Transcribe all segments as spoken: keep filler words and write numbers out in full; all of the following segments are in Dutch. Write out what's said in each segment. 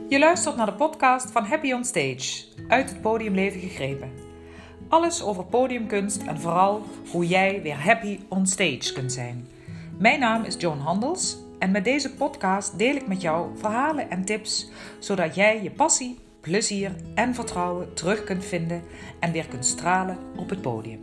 Je luistert naar de podcast van Happy on Stage, uit het podiumleven gegrepen. Alles over podiumkunst en vooral hoe jij weer happy on stage kunt zijn. Mijn naam is Joan Handels en met deze podcast deel ik met jou verhalen en tips, zodat jij je passie, plezier en vertrouwen terug kunt vinden en weer kunt stralen op het podium.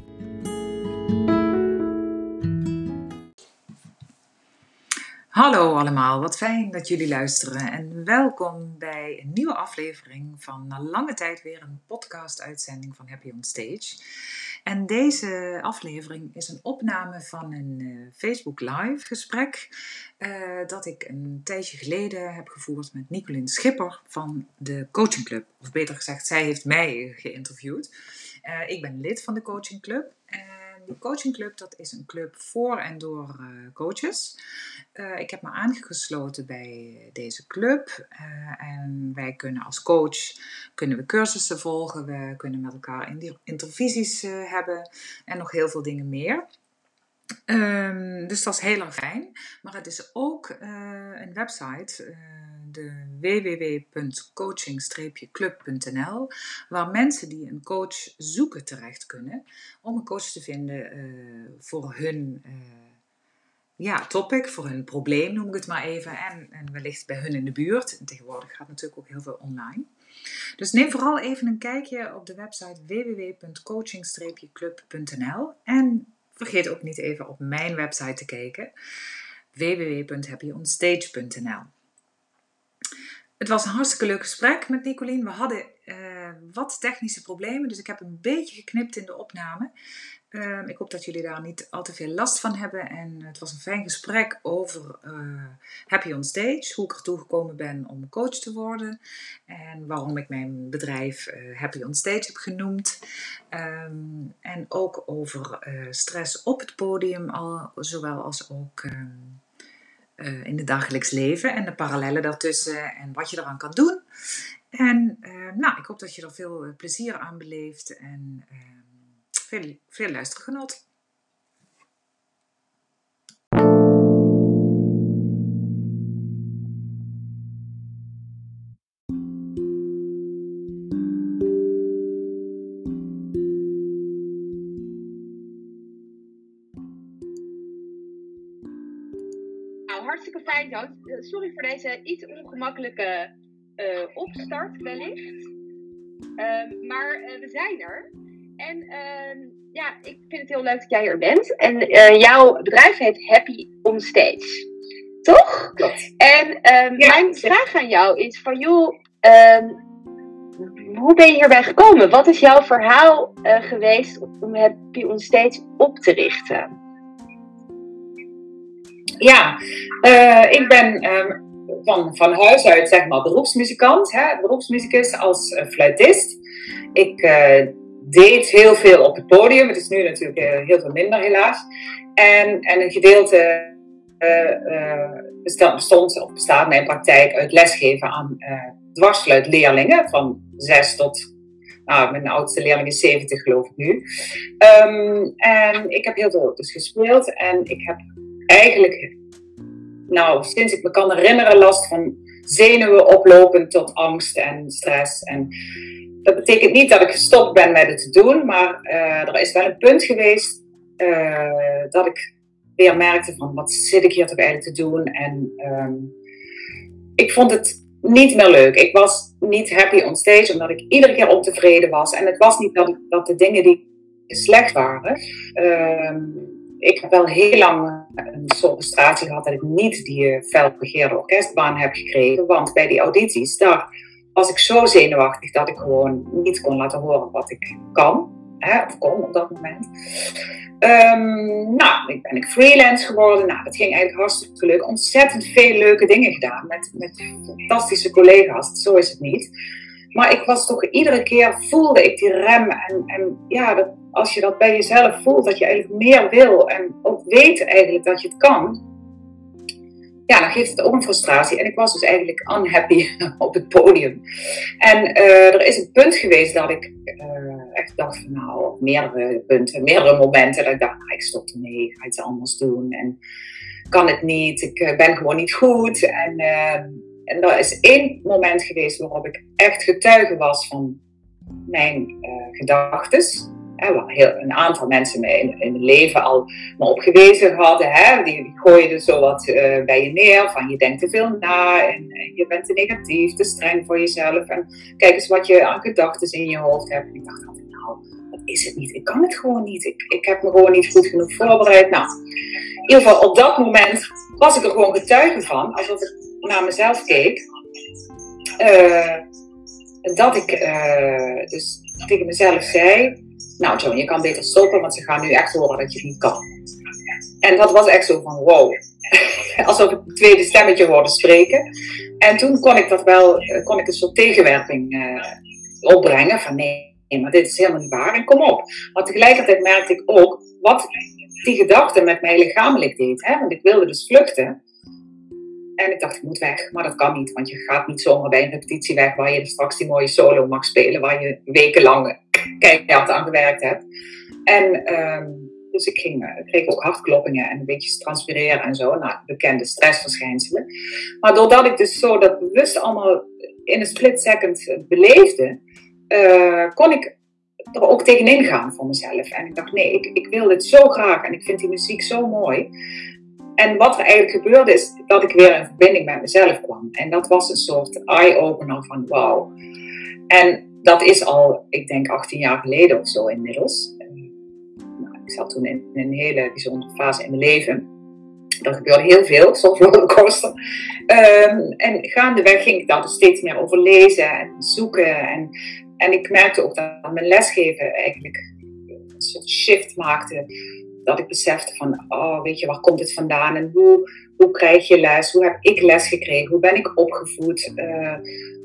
Hallo allemaal, wat fijn dat jullie luisteren en welkom bij een nieuwe aflevering van na lange tijd weer een podcast-uitzending van Happy on Stage. En deze aflevering is een opname van een uh, Facebook Live gesprek uh, dat ik een tijdje geleden heb gevoerd met Nicolien Schipper van de Coaching Club. Of beter gezegd, zij heeft mij geïnterviewd. Uh, ik ben lid van de Coaching Club. Die Coaching Club, dat is een club voor en door uh, coaches. Uh, ik heb me aangesloten bij deze club. Uh, en wij kunnen als coach kunnen we cursussen volgen. We kunnen met elkaar intervisies uh, hebben. En nog heel veel dingen meer. Um, dus dat is heel erg fijn. Maar het is ook uh, een website, uh, de w w w punt coaching club punt n l, waar mensen die een coach zoeken terecht kunnen om een coach te vinden uh, voor hun uh, ja, topic, voor hun probleem noem ik het maar even. En, en wellicht bij hun in de buurt. En tegenwoordig gaat natuurlijk ook heel veel online. Dus neem vooral even een kijkje op de website w w w punt coaching club punt n l en vergeet ook niet even op mijn website te kijken, w w w punt happy on stage punt n l. Het was een hartstikke leuk gesprek met Nicolien. We hadden uh, wat technische problemen, dus ik heb een beetje geknipt in de opname. Uh, ik hoop dat jullie daar niet al te veel last van hebben. En het was een fijn gesprek over uh, Happy on Stage, hoe ik ertoe gekomen ben om coach te worden en waarom ik mijn bedrijf uh, Happy on Stage heb genoemd. Um, en ook over uh, stress op het podium, al, zowel als ook um, uh, in het dagelijks leven en de parallellen daartussen en wat je eraan kan doen. En uh, nou, ik hoop dat je er veel uh, plezier aan beleeft en uh, Veel, veel luistergenot. Nou, hartstikke fijn, Joan. Sorry voor deze iets ongemakkelijke uh, opstart wellicht. Uh, maar uh, we zijn er. En uh, ja, ik vind het heel leuk dat jij er bent. En uh, jouw bedrijf heet Happy on Stage. Toch? Klopt. En uh, ja, mijn vraag aan jou is van, joh, uh, hoe ben je hierbij gekomen? Wat is jouw verhaal uh, geweest om Happy on Stage op te richten? Ja, uh, ik ben uh, van, van huis uit zeg maar beroepsmuzikant, hè, beroepsmuzikus als uh, fluitist. Ik uh, deed heel veel op het podium. Het is nu natuurlijk uh, heel veel minder helaas. En, en een gedeelte uh, uh, bestond of bestaat mijn praktijk uit lesgeven aan uh, dwarsfluitleerlingen van zes tot, nou mijn oudste leerling is zeventig geloof ik nu. Um, en ik heb heel veel dus gespeeld en ik heb eigenlijk, nou sinds ik me kan herinneren, last van zenuwen oplopend tot angst en stress en dat betekent niet dat ik gestopt ben met het te doen, maar uh, er is wel een punt geweest uh, dat ik weer merkte van wat zit ik hier toch eigenlijk te doen. En um, ik vond het niet meer leuk. Ik was niet happy on stage omdat ik iedere keer ontevreden was. En het was niet dat, ik, dat de dingen die slecht waren. Um, ik heb wel heel lang een soort frustratie gehad dat ik niet die felbegeerde orkestbaan heb gekregen. Want bij die audities, daar was ik zo zenuwachtig dat ik gewoon niet kon laten horen wat ik kan. Hè, of kon op dat moment. Um, nou, ik ben ik freelance geworden. Nou, dat ging eigenlijk hartstikke leuk. Ontzettend veel leuke dingen gedaan. Met, met fantastische collega's. Zo is het niet. Maar ik was toch iedere keer, voelde ik die rem. En, en ja, dat, als je dat bij jezelf voelt, dat je eigenlijk meer wil. En ook weet eigenlijk dat je het kan. Ja, dan geeft het ook een frustratie. En ik was dus eigenlijk unhappy op het podium. En uh, er is een punt geweest dat ik uh, echt dacht van nou, meerdere punten, meerdere momenten. Dat ik dacht, nou, ik stop ermee, ik ga iets anders doen. En kan het niet, ik uh, ben gewoon niet goed. En uh, en er is één moment geweest waarop ik echt getuige was van mijn uh, gedachtes. Hè, waar heel, een aantal mensen me in, in het leven al me op gewezen hadden. Hè, die, die gooiden zo wat uh, bij je neer. Van je denkt te veel na. En, en je bent te negatief, te streng voor jezelf. En kijk eens wat je aan gedachtes in je hoofd hebt. En ik dacht altijd, nou, dat is het niet. Ik kan het gewoon niet. Ik, ik heb me gewoon niet goed genoeg voorbereid. Nou, in ieder geval op dat moment was ik er gewoon getuige van. Alsof ik naar mezelf keek. Uh, dat ik uh, dus tegen mezelf zei... Nou Joan, je kan beter stoppen, want ze gaan nu echt horen dat je het niet kan. En dat was echt zo van wow. Alsof ik een tweede stemmetje hoorde spreken. En toen kon ik dat wel, kon ik een soort tegenwerping uh, opbrengen. Van nee, nee, maar dit is helemaal niet waar. En kom op. Maar tegelijkertijd merkte ik ook wat die gedachte met mij lichamelijk deed. Hè? Want ik wilde dus vluchten. En ik dacht, ik moet weg. Maar dat kan niet, want je gaat niet zomaar bij een repetitie weg waar je straks die mooie solo mag spelen. Waar je wekenlang keihard aan gewerkt hebt. En um, dus ik, ging, ik kreeg ook hartkloppingen en een beetje transpireren en zo. Nou, bekende stressverschijnselen. Maar doordat ik dus zo dat bewust allemaal in een split second beleefde, uh, kon ik er ook tegenin gaan voor mezelf. En ik dacht, nee, ik, ik wil dit zo graag en ik vind die muziek zo mooi. En wat er eigenlijk gebeurde is dat ik weer in verbinding met mezelf kwam. En dat was een soort eye-opener van wauw. En dat is al, ik denk, achttien jaar geleden of zo inmiddels. Nou, ik zat toen in een hele bijzondere fase in mijn leven. Er gebeurde heel veel, soms rollercoaster. Um, en gaandeweg ging ik daar dus steeds meer over lezen en zoeken. En, en ik merkte ook dat mijn lesgeven eigenlijk een soort shift maakte. Dat ik besefte van, oh, weet je, waar komt het vandaan? En hoe, hoe krijg je les? Hoe heb ik les gekregen? Hoe ben ik opgevoed? Uh,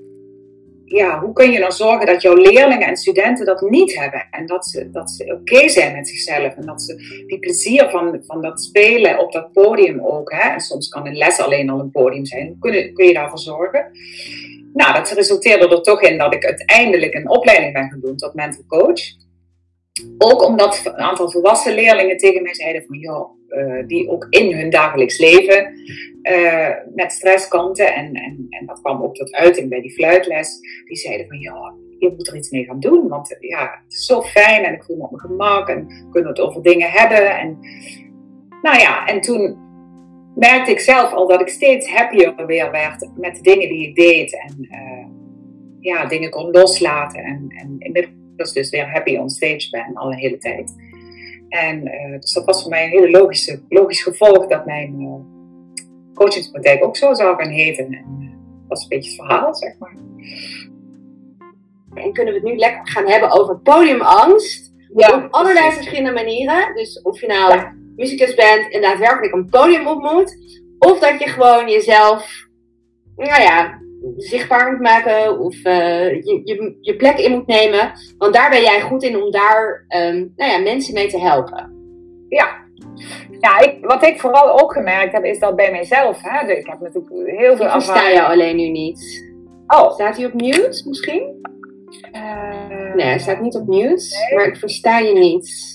ja, hoe kun je nou zorgen dat jouw leerlingen en studenten dat niet hebben? En dat ze, dat ze oké okay zijn met zichzelf. En dat ze die plezier van, van dat spelen op dat podium ook. Hè? En soms kan een les alleen al een podium zijn. Hoe kun, kun je daarvoor zorgen? Nou, dat resulteerde er toch in dat ik uiteindelijk een opleiding ben gaan doen tot mental coach. Ook omdat een aantal volwassen leerlingen tegen mij zeiden van, joh, uh, die ook in hun dagelijks leven uh, met stress kampten. En, en, en dat kwam ook tot uiting bij die fluitles. Die zeiden van, ja, je moet er iets mee gaan doen. Want uh, ja, het is zo fijn en ik voel me op mijn gemak. En we kunnen het over dingen hebben. En, nou ja, en toen merkte ik zelf al dat ik steeds happier weer werd met de dingen die ik deed. En uh, ja, dingen kon loslaten. En, en inmiddels dus, dus weer happy on stage ben al een hele tijd. En uh, dus dat was voor mij een hele logische, logisch gevolg dat mijn uh, coachingspraktijk ook zo zou gaan heten. En uh, dat is een beetje het verhaal, zeg maar. En kunnen we het nu lekker gaan hebben over podiumangst. Ja, op allerlei precies. verschillende manieren. Dus of je nou ja. muzikus bent en daadwerkelijk een podium op moet. Of dat je gewoon jezelf, nou ja, zichtbaar moet maken of uh, je, je, je plek in moet nemen. Want daar ben jij goed in om daar um, nou ja, mensen mee te helpen. Ja, ja ik, wat ik vooral ook gemerkt heb is dat bij mijzelf. Hè, ik heb natuurlijk heel veel ervaring. Ik versta je alleen nu niet. Oh. Staat hij op mute misschien? Uh, nee, hij staat niet op mute. Nee. Maar ik versta je niet.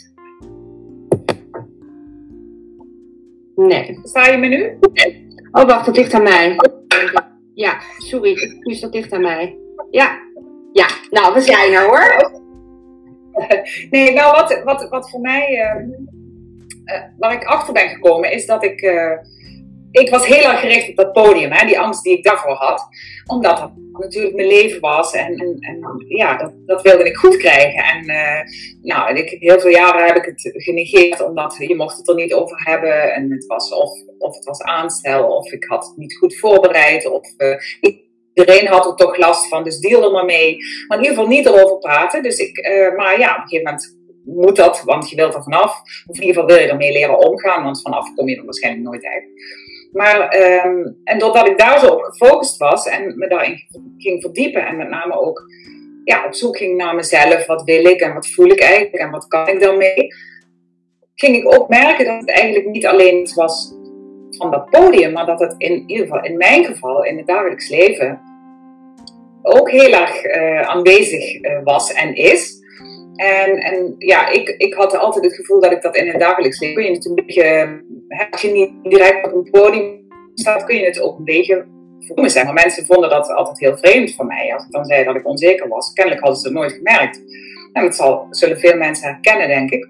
Nee. Versta je me nu? Oh, wacht, dat ligt aan mij. Ja, sorry, nu is dat dicht aan mij. Ja, ja, nou, we zijn er hoor. Nee, nou wat, wat, wat voor mij, uh, uh, waar ik achter ben gekomen, is dat ik, uh, ik was heel erg gericht op dat podium, hè, die angst die ik daarvoor had. Omdat dat natuurlijk mijn leven was en, en, en ja, dat, dat wilde ik goed krijgen. En uh, nou, ik, heel veel jaren heb ik het genegeerd, omdat je mocht het er niet over hebben. En het was of, of het was aanstel, of ik had het niet goed voorbereid, of uh, iedereen had er toch last van, dus deal er maar mee. Maar in ieder geval niet erover praten. Dus ik, uh, maar ja, op een gegeven moment moet dat, want je wilt er vanaf. Of in ieder geval wil je ermee leren omgaan, want vanaf kom je er waarschijnlijk nooit uit. Maar, um, en doordat ik daar zo op gefocust was en me daarin ging verdiepen en met name ook ja, op zoek ging naar mezelf, wat wil ik en wat voel ik eigenlijk en wat kan ik daarmee, ging ik ook merken dat het eigenlijk niet alleen iets was van dat podium, maar dat het in ieder geval in mijn geval, in het dagelijks leven, ook heel erg uh, aanwezig uh, was en is. En, en ja, ik, ik had altijd het gevoel dat ik dat in het dagelijks leven, kun je het een beetje, als je niet direct op een podium staat, kun je het ook een beetje voor me zijn. Maar mensen vonden dat altijd heel vreemd van mij. Als ik dan zei dat ik onzeker was. Kennelijk hadden ze het nooit gemerkt. En dat zal, zullen veel mensen herkennen, denk ik.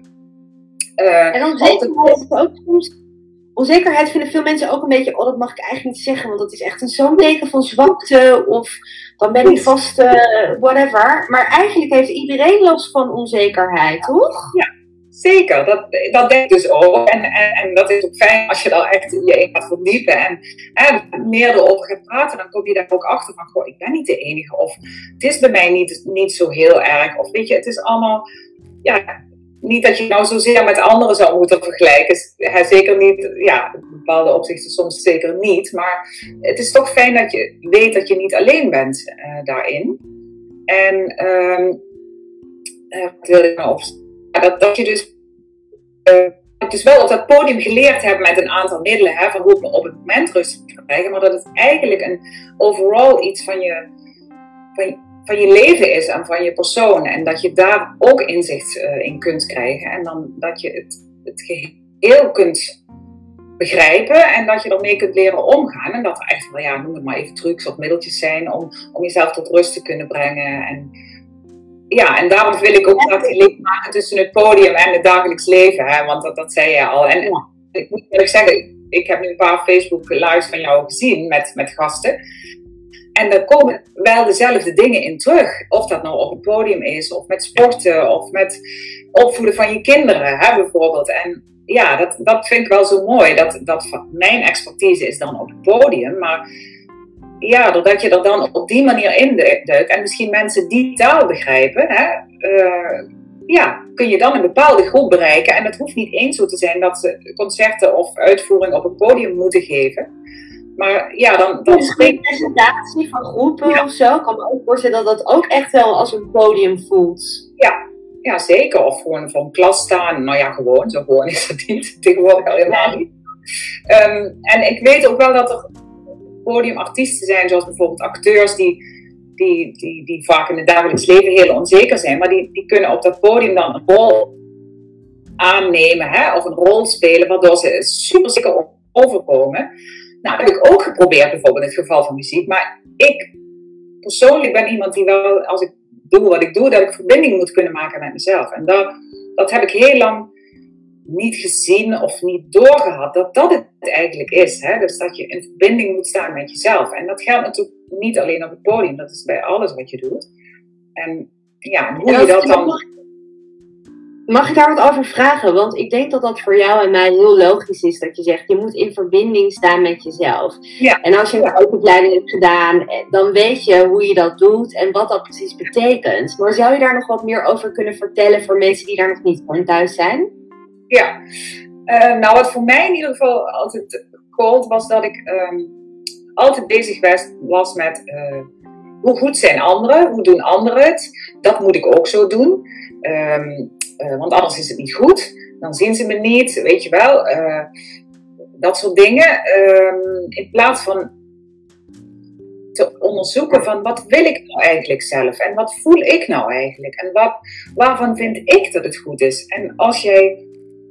Uh, en onzekerheid is ook soms... Onzekerheid vinden veel mensen ook een beetje... Oh, dat mag ik eigenlijk niet zeggen. Want dat is echt een zo'n teken van zwakte. Of dan ben ik vast... Uh, whatever. Maar eigenlijk heeft iedereen last van onzekerheid, toch? Ja, zeker. Dat, dat denk ik dus ook. En, en, en dat is ook fijn als je daar echt je in gaat verdiepen. En, en meer erover gaat praten. Dan kom je daar ook achter van... Goh, ik ben niet de enige. Of het is bij mij niet, niet zo heel erg. Of weet je, het is allemaal... Ja... Niet dat je nou zozeer met anderen zou moeten vergelijken. Hij zeker niet, ja, in bepaalde opzichten soms zeker niet. Maar het is toch fijn dat je weet dat je niet alleen bent uh, daarin. En um, uh, wat wil ik nou op, dat, dat je dus, uh, dus wel op dat podium geleerd hebt met een aantal middelen. Hè, van hoe ik op het moment rustig kan krijgen. Maar dat het eigenlijk een overal iets van je... Van je van je leven is en van je persoon. En dat je daar ook inzicht uh, in kunt krijgen. En dan dat je het, het geheel kunt begrijpen. En dat je ermee kunt leren omgaan. En dat er echt wel, ja, noem het maar even trucs of middeltjes zijn. Om, om jezelf tot rust te kunnen brengen. En ja, en daarom wil ik ook dat link maken tussen het podium en het dagelijks leven. Hè? Want dat, dat zei je al. En ja. Ik moet eerlijk zeggen, ik heb nu een paar Facebook lives van jou gezien met, met gasten. En er komen wel dezelfde dingen in terug. Of dat nou op het podium is, of met sporten, of met opvoeden van je kinderen, hè, bijvoorbeeld. En ja, dat, dat vind ik wel zo mooi. Dat, dat mijn expertise is dan op het podium. Maar ja, doordat je er dan op die manier in duikt, en misschien mensen die taal begrijpen, hè, uh, ja, kun je dan een bepaalde groep bereiken. En het hoeft niet eens zo te zijn dat ze concerten of uitvoeringen op het podium moeten geven. Maar ja, dan... dan dus een presentatie van groepen ja. of zo. Ik kan me ook voorstellen dat dat ook echt wel als een podium voelt. Ja, ja zeker. Of gewoon voor een klas staan. Nou ja, gewoon. Zo gewoon is het niet. Tegenwoordig al helemaal nee. niet. Um, en ik weet ook wel dat er podiumartiesten zijn, zoals bijvoorbeeld acteurs, die, die, die, die vaak in het dagelijks leven heel onzeker zijn. Maar die, die kunnen op dat podium dan een rol aannemen, hè, of een rol spelen, waardoor ze super zeker overkomen. Nou, dat heb ik ook geprobeerd, bijvoorbeeld in het geval van muziek. Maar ik persoonlijk ben iemand die wel, als ik doe wat ik doe, dat ik verbinding moet kunnen maken met mezelf. En dat, dat heb ik heel lang niet gezien of niet doorgehad, dat dat het eigenlijk is. Hè? Dus dat je in verbinding moet staan met jezelf. En dat geldt natuurlijk niet alleen op het podium, dat is bij alles wat je doet. En ja, hoe je dat dan... Mag ik daar wat over vragen? Want ik denk dat dat voor jou en mij heel logisch is. Dat je zegt, je moet in verbinding staan met jezelf. Ja. En als je een opleiding hebt gedaan, dan weet je hoe je dat doet en wat dat precies betekent. Maar zou je daar nog wat meer over kunnen vertellen voor mensen die daar nog niet van thuis zijn? Ja, uh, nou wat voor mij in ieder geval altijd gold was dat ik um, altijd bezig was, was met uh, hoe goed zijn anderen, hoe doen anderen het. Dat moet ik ook zo doen. Um, Uh, want anders is het niet goed. Dan zien ze me niet, weet je wel. Uh, dat soort dingen. Uh, in plaats van te onderzoeken van wat wil ik nou eigenlijk zelf? En wat voel ik nou eigenlijk? En wat, waarvan vind ik dat het goed is? En als jij,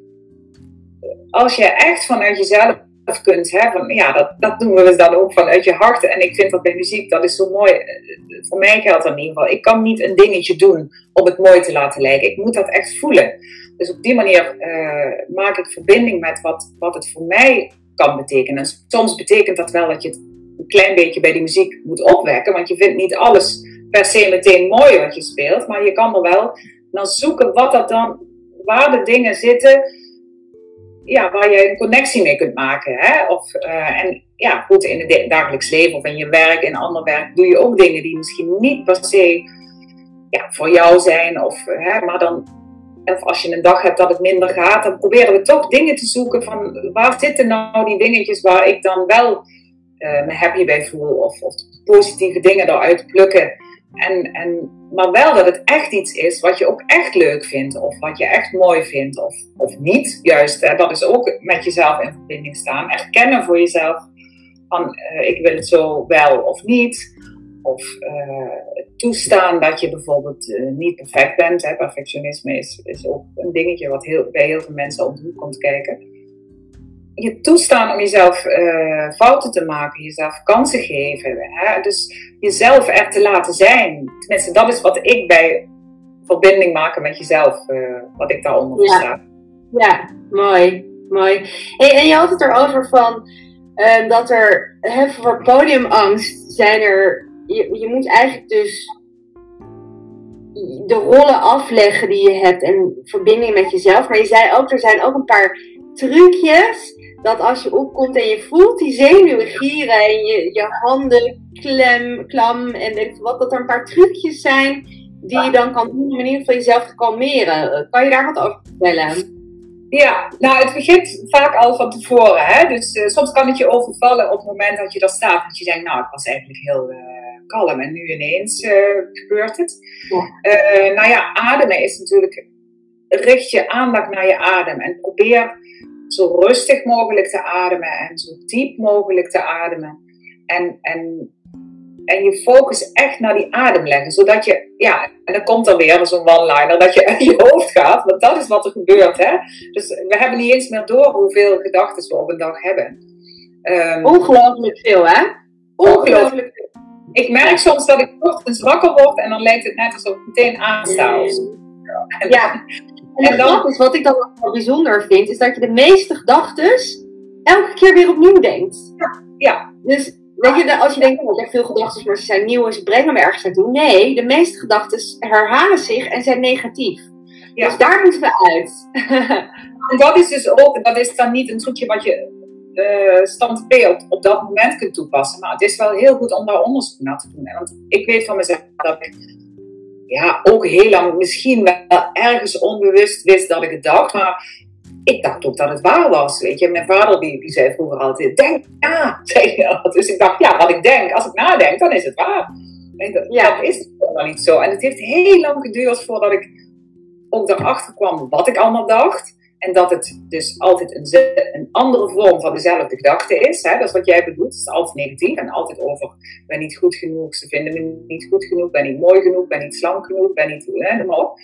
als jij echt vanuit jezelf kunt, hè, van, ja, dat, dat doen we dus dan ook vanuit je hart. En ik vind dat bij muziek, dat is zo mooi. Voor mij geldt dat in ieder geval. Ik kan niet een dingetje doen om het mooi te laten lijken. Ik moet dat echt voelen. Dus op die manier uh, maak ik verbinding met wat, wat het voor mij kan betekenen. En soms betekent dat wel dat je het een klein beetje bij die muziek moet opwekken. Want je vindt niet alles per se meteen mooi wat je speelt. Maar je kan er wel naar zoeken wat dat dan, waar de dingen zitten, ja, waar je een connectie mee kunt maken. Hè? Of, uh, en ja, goed, in het dagelijks leven of in je werk, in ander werk, doe je ook dingen die misschien niet per se ja, voor jou zijn. Of, hè, maar dan, of als je een dag hebt dat het minder gaat, dan proberen we toch dingen te zoeken van waar zitten nou die dingetjes waar ik dan wel uh, me happy bij voel. Of, of positieve dingen eruit plukken. En, en, maar wel dat het echt iets is wat je ook echt leuk vindt. Of wat je echt mooi vindt. Of, of niet. Juist, hè, dat is ook met jezelf in verbinding staan. Erkennen voor jezelf van uh, ik wil het zo wel of niet. Of uh, toestaan dat je bijvoorbeeld uh, niet perfect bent. Hè. Perfectionisme is, is ook een dingetje wat heel, bij heel veel mensen om de hoek komt kijken. je toestaan om jezelf uh, fouten te maken, jezelf kansen geven. Hè? Dus jezelf er te laten zijn. Tenminste, dat is wat ik bij verbinding maken met jezelf, uh, wat ik daaronder versta. Ja. ja, mooi. mooi. Hey, en je had het erover van uh, dat er hè, voor podiumangst zijn er. Je, je moet eigenlijk dus de rollen afleggen die je hebt en verbinding met jezelf. Maar je zei ook, er zijn ook een paar trucjes. Dat als je opkomt en je voelt die zenuwen gieren en je, je handen klem, klam en weet wat, dat er een paar trucjes zijn die je dan kan doen om in ieder geval jezelf te kalmeren. Kan je daar wat over vertellen? Ja, nou het begint vaak al van tevoren. Hè? Dus uh, soms kan het je overvallen op het moment dat je daar staat. Dat je denkt, nou ik was eigenlijk heel uh, kalm en nu ineens uh, gebeurt het. Ja. Uh, nou ja, ademen is natuurlijk, richt je aandacht naar je adem en probeer zo rustig mogelijk te ademen en zo diep mogelijk te ademen. En, en, en je focus echt naar die adem leggen. Zodat je, ja, en dan komt er weer zo'n one-liner, dat je uit je hoofd gaat. Want dat is wat er gebeurt, hè. Dus we hebben niet eens meer door hoeveel gedachten we op een dag hebben. Um, Ongelooflijk veel, hè? Ongelooflijk veel. Ik merk soms dat ik ochtends wakker word en dan lijkt het net alsof ik meteen aansta. Mm. En, ja. En, en dan is wat ik dan wel bijzonder vind, is dat je de meeste gedachten elke keer weer opnieuw denkt. Ja. ja. Dus weet je, als je denkt, oh, ik heb veel gedachten, maar ze zijn nieuw en ze brengen me ergens naartoe. Nee, de meeste gedachten herhalen zich en zijn negatief. Ja. Dus daar moeten we uit. En dat is dus ook, dat is dan niet een trucje wat je uh, stand P op, op dat moment kunt toepassen. Maar het is wel heel goed om daar onderzoek naar te doen. Want ik weet van mezelf dat ik ja, ook heel lang misschien wel ergens onbewust wist dat ik het dacht. Maar ik dacht ook dat het waar was. Weet je, mijn vader die, die zei vroeger altijd, denk na. Dus ik dacht, ja, wat ik denk, als ik nadenk, dan is het waar. Dat, ja. dat is wel niet zo. En het heeft heel lang geduurd voordat ik ook erachter kwam wat ik allemaal dacht. En dat het dus altijd een, een andere vorm van dezelfde gedachte is. Hè? Dat is wat jij bedoelt. Het is altijd negatief. En altijd over, ik ben niet goed genoeg. Ze vinden me niet goed genoeg. Ben niet mooi genoeg. Ben niet slank genoeg. Ben niet... Hè, noem maar op.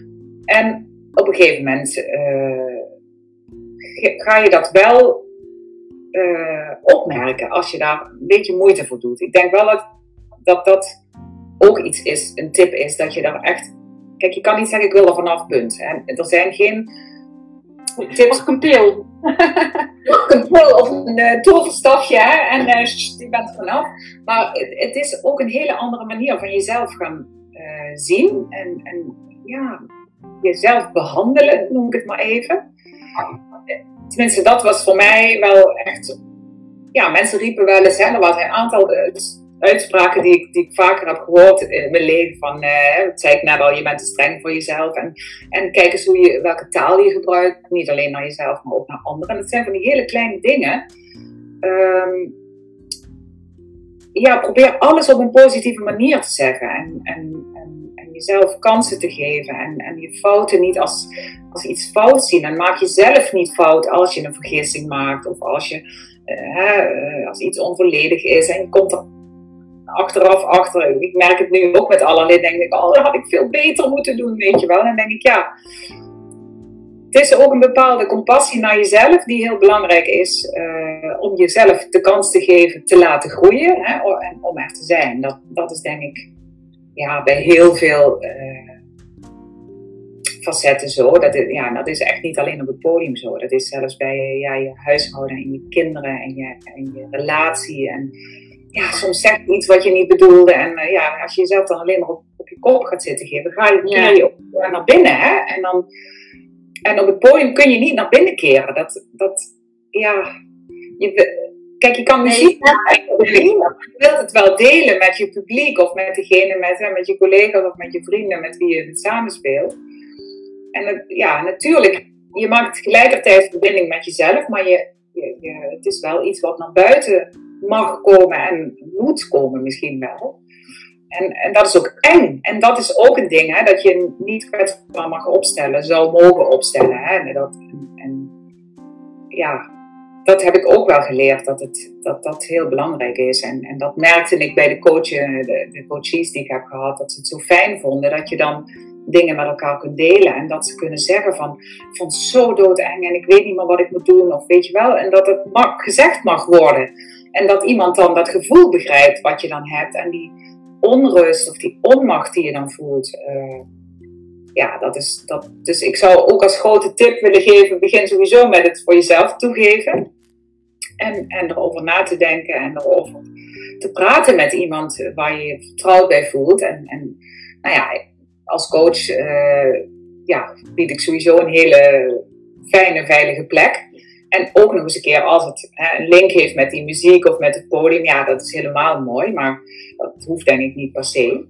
En op een gegeven moment uh, ga je dat wel uh, opmerken. Als je daar een beetje moeite voor doet. Ik denk wel dat dat, dat ook iets is. Een tip is. Dat je daar echt... Kijk, je kan niet zeggen ik wil er vanaf, punt. En er zijn geen... Tips. Of een pil. Een pil of een uh, toverstafje, hè? En uh, je bent er vanaf. Maar het, het is ook een hele andere manier van jezelf gaan uh, zien. En, en ja, jezelf behandelen, noem ik het maar even. Tenminste, dat was voor mij wel echt... Ja, mensen riepen wel eens, hè, er waren een aantal uh, uitspraken die ik, die ik vaker heb gehoord in mijn leven. Van, uh, het zei ik net al, je bent te streng voor jezelf. En, en kijk eens hoe je, welke taal je gebruikt. Niet alleen naar jezelf, maar ook naar anderen. En dat zijn van die hele kleine dingen. Um, ja, probeer alles op een positieve manier te zeggen. En, en, en, en jezelf kansen te geven. En, en je fouten niet als, als iets fout zien. En maak jezelf niet fout als je een vergissing maakt. Of als, je, uh, als iets onvolledig is. En je komt er achteraf achter. Ik merk het nu ook met allerlei. Denk ik, oh, dat had ik veel beter moeten doen, weet je wel. En dan denk ik, ja... Het is ook een bepaalde compassie naar jezelf die heel belangrijk is uh, om jezelf de kans te geven te laten groeien hè, en om er te zijn. Dat, dat is denk ik ja, bij heel veel uh, facetten zo. Dat is, ja, dat is echt niet alleen op het podium zo. Dat is zelfs bij ja, je huishouden en je kinderen en je, en je relatie. En ja, soms zeg je iets wat je niet bedoelde. En uh, ja, als je jezelf dan alleen maar op, op je kop gaat zitten geven, ga je, ja. je ook naar binnen. Hè? En dan... En op het podium kun je niet naar binnen keren. Dat, dat ja... Je, kijk, je kan muziek... Nee, je wilt het wel delen met je publiek. Of met degene, met, hè, met je collega's of met je vrienden met wie je het samenspeelt. En het, ja, natuurlijk, je maakt tegelijkertijd verbinding met jezelf. Maar je, je, je, het is wel iets wat naar buiten mag komen en moet komen misschien wel. En, en dat is ook eng. En dat is ook een ding, hè, dat je niet kwetsbaar mag opstellen, zou mogen opstellen. Hè. En dat, en, en, ja, dat heb ik ook wel geleerd, dat het, dat, dat heel belangrijk is. En, en dat merkte ik bij de, coach, de, de coaches die ik heb gehad, dat ze het zo fijn vonden. Dat je dan dingen met elkaar kunt delen. En dat ze kunnen zeggen van, ik vond het zo doodeng en ik weet niet meer wat ik moet doen. Of weet je wel, en dat het mag, gezegd mag worden. En dat iemand dan dat gevoel begrijpt wat je dan hebt. En die onrust of die onmacht die je dan voelt. Uh, ja, dat is dat. Dus ik zou ook als grote tip willen geven, begin sowieso met het voor jezelf toegeven. En, en erover na te denken en erover te praten met iemand waar je je vertrouwd bij voelt. En, en nou ja, als coach uh, ja, bied ik sowieso een hele fijne, veilige plek. En ook nog eens een keer als het hè, een link heeft met die muziek of met het podium. Ja, dat is helemaal mooi, maar dat hoeft denk ik niet per se.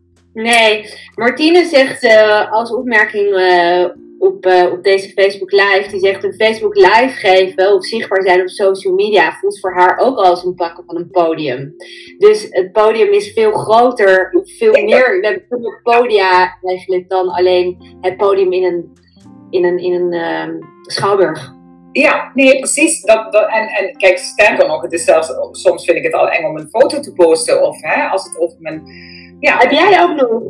Nee, Martine zegt uh, als opmerking uh, op, uh, op deze Facebook Live. Die zegt een Facebook Live geven of zichtbaar zijn op social media voelt voor haar ook als een pakken van een podium. Dus het podium is veel groter, veel ik meer. We hebben veel podia eigenlijk dan alleen het podium in een, in een, in een uh, schouwburg. Ja, nee, precies. Dat, dat, en, en kijk, sterker nog, het is zelfs, soms vind ik het al eng om een foto te posten. Of hè, als het over mijn... Ja, heb jij ook nog?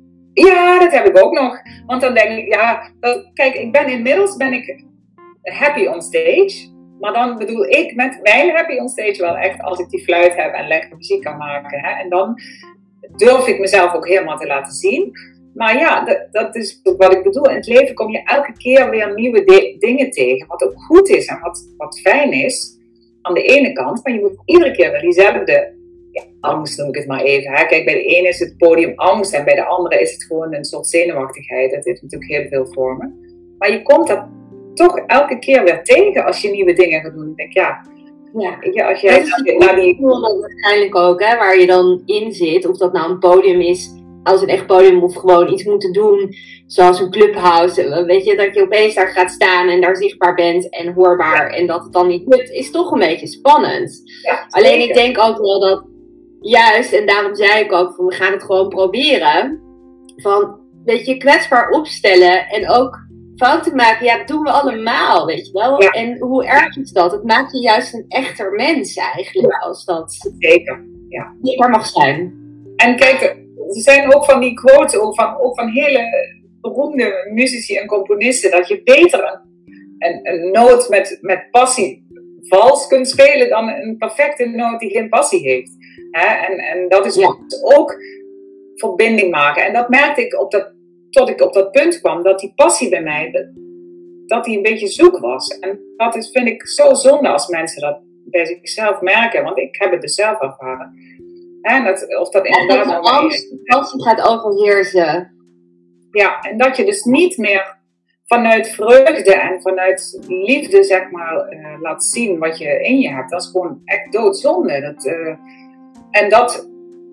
Ja, dat heb ik ook nog. Want dan denk ik, ja, dat, kijk, ik ben inmiddels ben ik happy on stage. Maar dan bedoel ik met mijn happy on stage wel echt als ik die fluit heb en lekker muziek kan maken. Hè, en dan durf ik mezelf ook helemaal te laten zien. Maar ja, dat, dat is wat ik bedoel. In het leven kom je elke keer weer nieuwe de- dingen tegen. Wat ook goed is en wat, wat fijn is. Aan de ene kant. Maar je moet iedere keer weer diezelfde ja, angst, noem ik het maar even. Hè. Kijk, bij de ene is het podium angst. En bij de andere is het gewoon een soort zenuwachtigheid. Dat heeft natuurlijk heel veel vormen. Maar je komt dat toch elke keer weer tegen als je nieuwe dingen gaat doen. Ik denk, ja... Ja, ja als jij... dat is het naar die... waarschijnlijk ook, hè, waar je dan in zit. Of dat nou een podium is... Als een echt podium of gewoon iets moeten doen, zoals een clubhouse. Weet je, dat je opeens daar gaat staan en daar zichtbaar bent en hoorbaar. En dat het dan niet lukt, is toch een beetje spannend. Ja, alleen ik denk ook wel dat, juist, en daarom zei ik ook van we gaan het gewoon proberen. Van, weet je, kwetsbaar opstellen en ook fouten maken. Ja, dat doen we allemaal, weet je wel. Ja. En hoe erg is dat? Het maakt je juist een echter mens eigenlijk, ja. Als dat zeker, ja. Niet mag zijn. En kijk... Er zijn ook van die quotes, ook van, ook van hele beroemde muzici en componisten, dat je beter een, een, een noot met, met passie vals kunt spelen dan een perfecte noot die geen passie heeft. Hè? En, en dat is ja. ook verbinding maken. En dat merkte ik, op dat, tot ik op dat punt kwam, dat die passie bij mij, dat, dat die een beetje zoek was. En dat is, vind ik zo zonde als mensen dat bij zichzelf merken, want ik heb het dus zelf ervaren. En dat, of dat inderdaad en dat de angst, angst gaat overheersen. Ja, en dat je dus niet meer vanuit vreugde en vanuit liefde, zeg maar, uh, laat zien wat je in je hebt. Dat is gewoon echt doodzonde. Dat, uh, en dat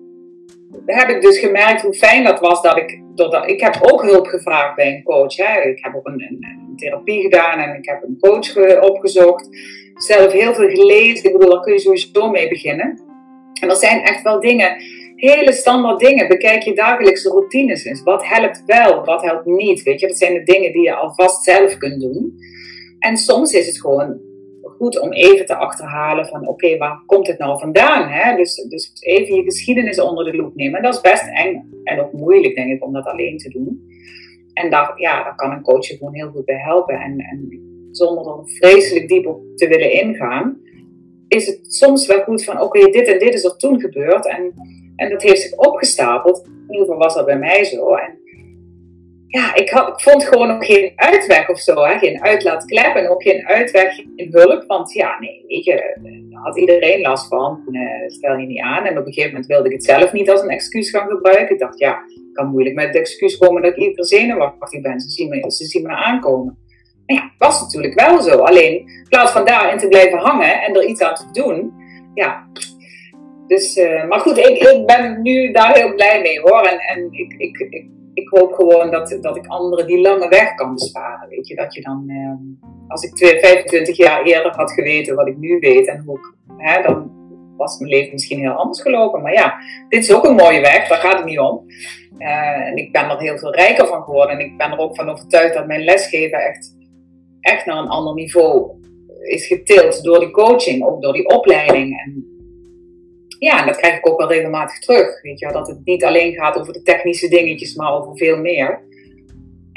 heb ik dus gemerkt hoe fijn dat was. Dat ik, doordat, ik heb ook hulp gevraagd bij een coach. Hè. Ik heb ook een, een, een therapie gedaan en ik heb een coach ge, opgezocht. Zelf heel veel gelezen. Ik bedoel, daar kun je sowieso mee beginnen. En er zijn echt wel dingen, hele standaard dingen. Bekijk je dagelijkse routines eens. Wat helpt wel, wat helpt niet. Weet je, dat zijn de dingen die je alvast zelf kunt doen. En soms is het gewoon goed om even te achterhalen van oké, okay, waar komt het nou vandaan? Hè? Dus, dus even je geschiedenis onder de loep nemen. En dat is best eng en ook moeilijk, denk ik, om dat alleen te doen. En daar, ja, daar kan een coach je gewoon heel goed bij helpen. En, en zonder er vreselijk diep op te willen ingaan, is het soms wel goed van, oké, okay, dit en dit is er toen gebeurd. En, en dat heeft zich opgestapeld. In ieder geval was dat bij mij zo. En ja, ik, had, ik vond gewoon nog geen uitweg of zo. Hè? Geen uitlaatklep en ook geen uitweg in hulp. Want ja, nee, weet je, daar had iedereen last van. Uh, stel je niet aan. En op een gegeven moment wilde ik het zelf niet als een excuus gaan gebruiken. Ik dacht, ja, ik kan moeilijk met het excuus komen dat ik iedere zenuwachtig ben. Ze zien me, ze zien me aankomen. En ja, dat was natuurlijk wel zo. Alleen, in plaats van daarin te blijven hangen en er iets aan te doen. Ja, dus, uh, maar goed, ik, ik ben nu daar heel blij mee hoor. En, en ik, ik, ik, ik hoop gewoon dat, dat ik anderen die lange weg kan besparen. Weet je, dat je dan, uh, als ik vijfentwintig jaar eerder had geweten wat ik nu weet. En hoe ik, hè, dan was mijn leven misschien heel anders gelopen. Maar ja, dit is ook een mooie weg, daar gaat het niet om. Uh, en ik ben er heel veel rijker van geworden. En ik ben er ook van overtuigd dat mijn lesgeven echt... echt naar een ander niveau is getild door die coaching, ook door die opleiding. En ja, en dat krijg ik ook wel regelmatig terug. Weet je, dat het niet alleen gaat over de technische dingetjes, maar over veel meer.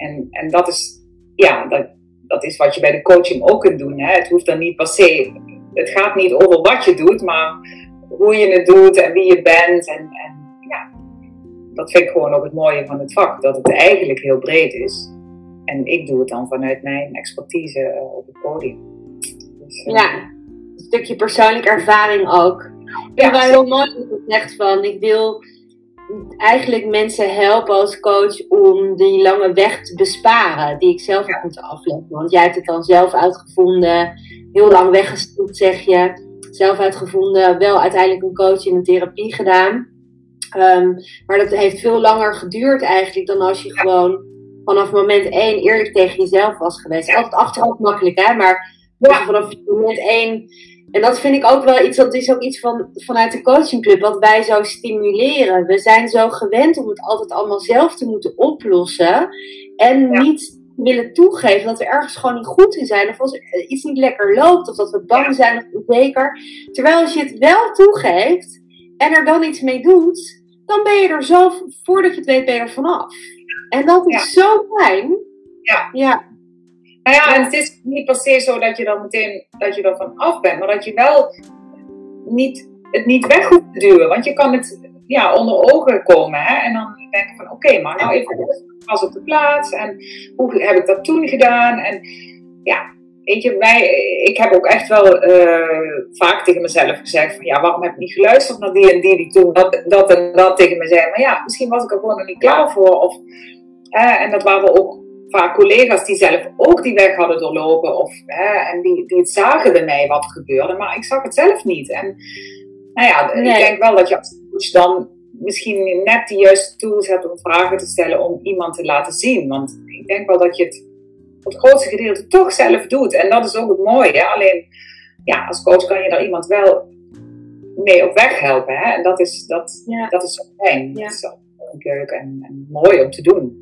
En, en dat is, ja, dat, dat is wat je bij de coaching ook kunt doen. Hè? Het hoeft dan niet per se, het gaat niet over wat je doet, maar hoe je het doet en wie je bent. En, en ja, dat vind ik gewoon ook het mooie van het vak, dat het eigenlijk heel breed is. En ik doe het dan vanuit mijn expertise op het podium. Dus, uh, ja, een stukje persoonlijke ervaring ook. Ik vind het wel heel mooi dat je zegt van, ik wil eigenlijk mensen helpen als coach om die lange weg te besparen, die ik zelf heb moeten afleggen. Want jij hebt het dan zelf uitgevonden, heel lang weggestopt zeg je, zelf uitgevonden, wel uiteindelijk een coach in een therapie gedaan. Um, maar dat heeft veel langer geduurd eigenlijk dan als je gewoon vanaf moment één eerlijk tegen jezelf was geweest. Altijd achteraf makkelijk hè, maar ja. vanaf moment één. En dat vind ik ook wel iets, dat is ook iets van, vanuit de coachingclub, wat wij zo stimuleren. We zijn zo gewend om het altijd allemaal zelf te moeten oplossen. En ja. niet willen toegeven dat we ergens gewoon niet goed in zijn. Of als iets niet lekker loopt, of dat we bang ja. zijn of onzeker. Terwijl als je het wel toegeeft en er dan iets mee doet, dan ben je er zo, voordat je het weet, ben je er vanaf. En dat is ja. zo fijn. Ja. ja. Nou ja, en het is niet per se zo dat je dan meteen dat je er van af bent, maar dat je wel niet, het niet weg hoeft te duwen. Want je kan het ja, onder ogen komen hè? En dan denk je van oké, okay, maar nou even pas op de plaats en hoe heb ik dat toen gedaan? En ja, weet je, wij, ik heb ook echt wel uh, vaak tegen mezelf gezegd van ja, waarom heb ik niet geluisterd naar die en die die toen dat, dat en dat tegen me zei. Maar ja, misschien was ik er gewoon nog niet klaar voor. Of, uh, en dat waren ook vaak collega's die zelf ook die weg hadden doorlopen. Of, hè, en die, die het zagen bij mij wat er gebeurde. Maar ik zag het zelf niet. En nou ja, nee. ik denk wel dat je als coach dan misschien net de juiste tools hebt om vragen te stellen om iemand te laten zien. Want ik denk wel dat je het op het grootste gedeelte toch zelf doet. En dat is ook het mooie. Hè? Alleen, ja, als coach kan je daar iemand wel mee op weg helpen. Hè? En dat is, dat, ja. dat is zo fijn. Ja. Dat is ook leuk en, en mooi om te doen.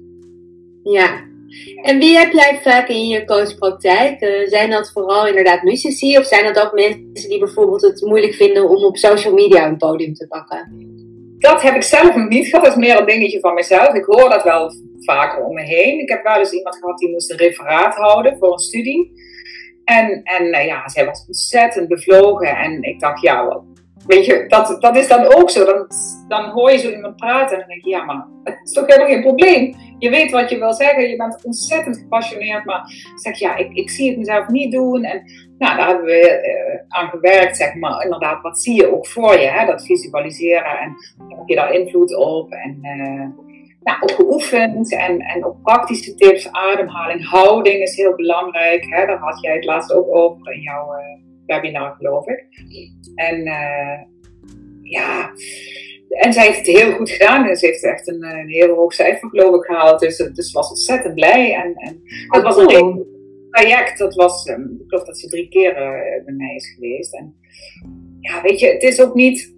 Ja. En wie heb jij vaak in je coachpraktijk? Uh, zijn dat vooral inderdaad muzici? Of zijn dat ook mensen die bijvoorbeeld het moeilijk vinden om op social media een podium te pakken? Dat heb ik zelf nog niet gehad. Dat is meer een dingetje van mezelf. Ik hoor dat wel vaker om me heen. Ik heb wel eens iemand gehad die moest een referaat houden voor een studie. En, en uh, ja, zij was ontzettend bevlogen. En ik dacht, ja, wel, weet je, dat, dat is dan ook zo. Dan, dan hoor je zo iemand praten en dan denk je, ja, maar dat is toch helemaal geen probleem. Je weet wat je wil zeggen, je bent ontzettend gepassioneerd, maar zeg ja, ik, ik zie het mezelf niet doen. En nou, daar hebben we uh, aan gewerkt, zeg maar. Inderdaad, wat zie je ook voor je, hè? Dat visualiseren en heb je daar invloed op. En uh, nou, ook geoefend en, en ook praktische tips, ademhaling, houding is heel belangrijk. Hè? Daar had jij het laatst ook over in jouw uh, webinar, geloof ik. En uh, ja... En zij heeft het heel goed gedaan. En ze heeft echt een, een heel hoog cijfer, geloof ik, gehaald. Dus, dus ze was ontzettend blij. En, en het was een heel traject. Dat was, um, ik geloof dat ze drie keer uh, bij mij is geweest. En ja, weet je, het is ook niet...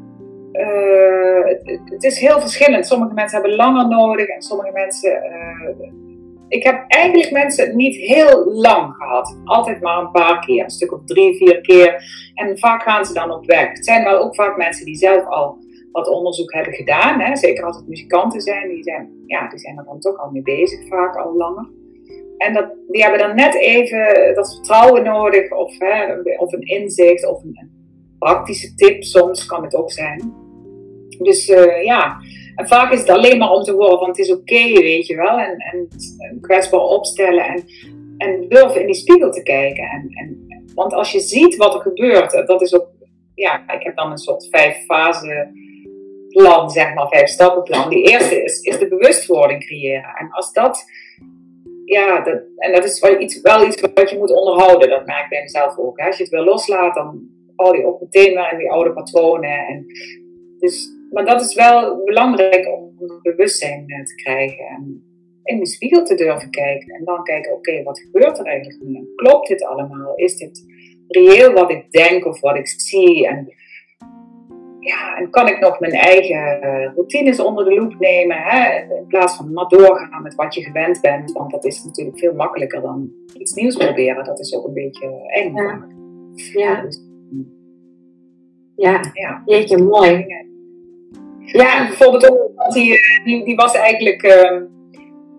Uh, het, het is heel verschillend. Sommige mensen hebben langer nodig. En sommige mensen... Uh, ik heb eigenlijk mensen niet heel lang gehad. Altijd maar een paar keer. Een stuk of drie, vier keer. En vaak gaan ze dan op weg. Het zijn wel ook vaak mensen die zelf al... wat onderzoek hebben gedaan, hè? Zeker als het muzikanten zijn, die zijn, ja, die zijn er dan toch al mee bezig, vaak al langer. En dat, die hebben dan net even dat vertrouwen nodig, of, hè, of een inzicht, of een, een praktische tip, soms kan het ook zijn. Dus uh, ja, en vaak is het alleen maar om te horen van het is oké, okay, weet je wel, en, en, en kwetsbaar opstellen en, en durven in die spiegel te kijken. En, en, want als je ziet wat er gebeurt, dat is ook, ja, ik heb dan een soort vijf fase plan, zeg maar, vijf stappenplan. Die eerste is, is de bewustwording creëren. En als dat, ja, dat, en dat is wel iets, wel iets wat je moet onderhouden. Dat merk ik bij mezelf ook. Hè. Als je het wil loslaten, dan val je ook meteen weer in die oude patronen. En dus, maar dat is wel belangrijk om bewustzijn te krijgen. En in de spiegel te durven kijken. En dan kijken, oké, okay, wat gebeurt er eigenlijk nu? Klopt dit allemaal? Is dit reëel wat ik denk of wat ik zie? En ja, en kan ik nog mijn eigen routines onder de loep nemen, hè? In plaats van maar doorgaan met wat je gewend bent, want dat is natuurlijk veel makkelijker dan iets nieuws proberen. Dat is ook een beetje eng. Ja, ja. Dus, ja. ja. Jeetje, mooi. Ja, bijvoorbeeld ook, die, die, die was eigenlijk, uh,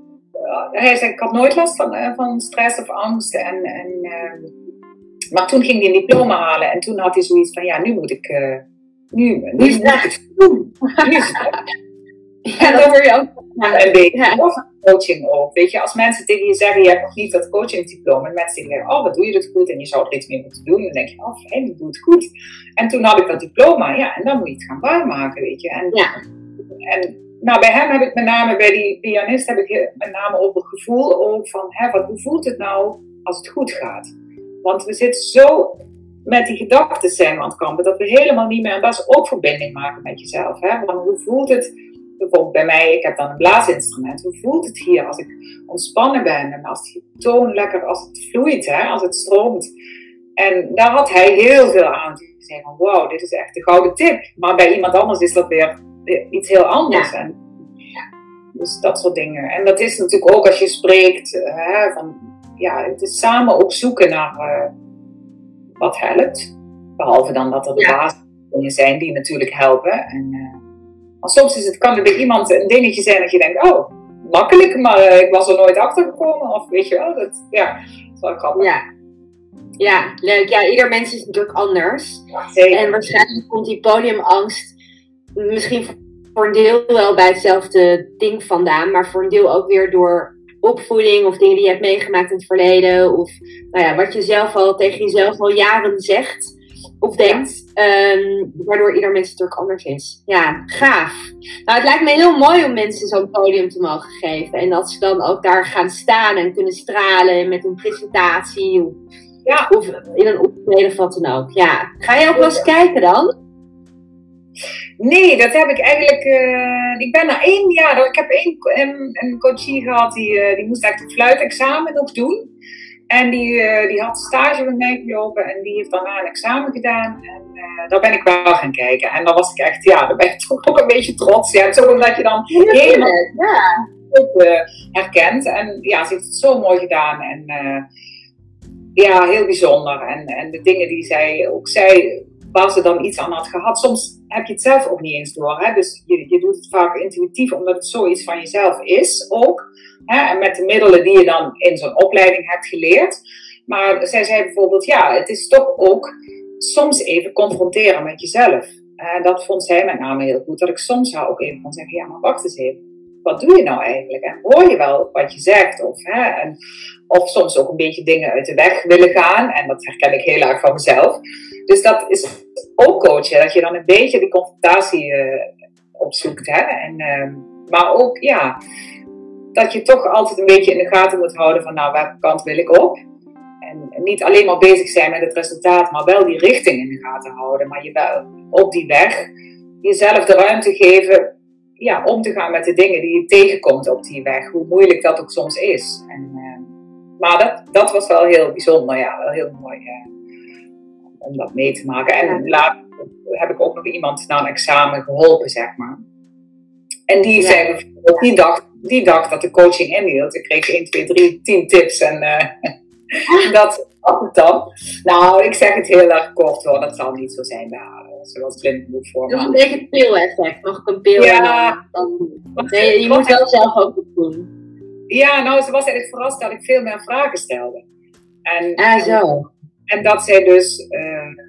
hij zei, ik had nooit last van, uh, van stress of angst. En, en, uh, maar toen ging hij een diploma halen. En toen had hij zoiets van, ja, nu moet ik... Uh, nu, nu moet ik het doen. Nu is het ja, dat hoor je ook. Ja, een beetje ja. Of coaching ook. Weet je, als mensen tegen je zeggen, je hebt nog niet dat coachingdiploma. En mensen zeggen, oh, wat doe je dat goed? En je zou er iets mee moeten doen. En dan denk je, oh, fijn, ik doe het goed. En toen had ik dat diploma. Ja, en dan moet je het gaan waarmaken, weet je. En, ja. en nou, bij hem heb ik met name, bij die pianist, heb ik met name ook het gevoel ook van, hè, wat, hoe voelt het nou als het goed gaat? Want we zitten zo met die gedachten zijn we aan het kampen, dat we helemaal niet meer, en dat is ook verbinding maken met jezelf. Hè? Want hoe voelt het, bijvoorbeeld bij mij, ik heb dan een blaasinstrument, hoe voelt het hier als ik ontspannen ben en als die toon lekker, als het vloeit, hè? Als het stroomt. En daar had hij heel veel aan. Hij zei van, wauw, dit is echt de gouden tip. Maar bij iemand anders is dat weer iets heel anders. Ja. En, dus dat soort dingen. En dat is natuurlijk ook als je spreekt, hè, van, ja, het is samen ook zoeken naar uh, wat helpt. Behalve dan dat er de ja. basisdingen zijn die natuurlijk helpen. En, uh, maar soms is het, kan er bij iemand een dingetje zijn dat je denkt, oh, makkelijk, maar uh, ik was er nooit achter gekomen. Of weet je wel, dat, ja, dat is wel grappig. Ja. Ja, leuk. Ja, ieder mens is natuurlijk anders. Zeker. En waarschijnlijk komt die podiumangst misschien voor een deel wel bij hetzelfde ding vandaan, maar voor een deel ook weer door opvoeding of dingen die je hebt meegemaakt in het verleden. Of nou ja, wat je zelf al tegen jezelf al jaren zegt of denkt. Ja. Um, waardoor ieder mens natuurlijk anders is. Ja, gaaf. Nou, het lijkt me heel mooi om mensen zo'n podium te mogen geven. En dat ze dan ook daar gaan staan en kunnen stralen met een presentatie. Of, ja. of in een optreden of wat dan ook. Ja. Ga je ook wel eens kijken dan? Nee, dat heb ik eigenlijk... Uh, ik ben na één jaar... Ik heb één een, een coachie gehad, die, uh, die moest eigenlijk het fluitexamen nog doen. En die, uh, die had stage met mij gelopen en die heeft daarna een examen gedaan. En uh, daar ben ik wel gaan kijken. En dan was ik echt, ja, daar ben ik toch ook een beetje trots. Ja, het is ook omdat je dan ja, helemaal ja. ook, uh, herkent. En ja, ze heeft het zo mooi gedaan. En uh, ja, heel bijzonder. En, en de dingen die zij ook zei, waar ze dan iets aan had gehad. Soms heb je het zelf ook niet eens door. Hè? Dus je, je doet het vaak intuïtief, omdat het zoiets van jezelf is ook. Hè? En met de middelen die je dan in zo'n opleiding hebt geleerd. Maar zij zei bijvoorbeeld, ja, het is toch ook soms even confronteren met jezelf. Uh, dat vond zij met name heel goed. Dat ik soms haar ook even kon zeggen, ja, maar wacht eens even. Wat doe je nou eigenlijk? En hoor je wel wat je zegt? Of, hè? En, of soms ook een beetje dingen uit de weg willen gaan. En dat herken ik heel erg van mezelf. Dus dat is ook coachen. Dat je dan een beetje die confrontatie uh, opzoekt. Hè? En, uh, maar ook, ja, dat je toch altijd een beetje in de gaten moet houden van, nou, welke kant wil ik op? En niet alleen maar bezig zijn met het resultaat, maar wel die richting in de gaten houden. Maar je wel op die weg jezelf de ruimte geven, ja, om te gaan met de dingen die je tegenkomt op die weg. Hoe moeilijk dat ook soms is. En, uh, maar dat, dat was wel heel bijzonder, ja, wel heel mooi uh, om dat mee te maken. En later heb ik ook nog iemand naar een examen geholpen, zeg maar. En die, ja. zei, die, dacht, die dacht dat de coaching inhield. Ik kreeg één, twee, drie, tien tips en uh, dat was het dan. Nou, ik zeg het heel erg kort hoor, dat zal niet zo zijn bij haar. Zoals blind moet voor me. Dat is een beetje het pil-effect. Mag ik een pil? Ja. Dan, dan, nee, je moet wel zelf ook iets doen. Ja, nou, ze was eigenlijk verrast dat ik veel meer vragen stelde. En, ah, zo. En, en dat zij dus uh,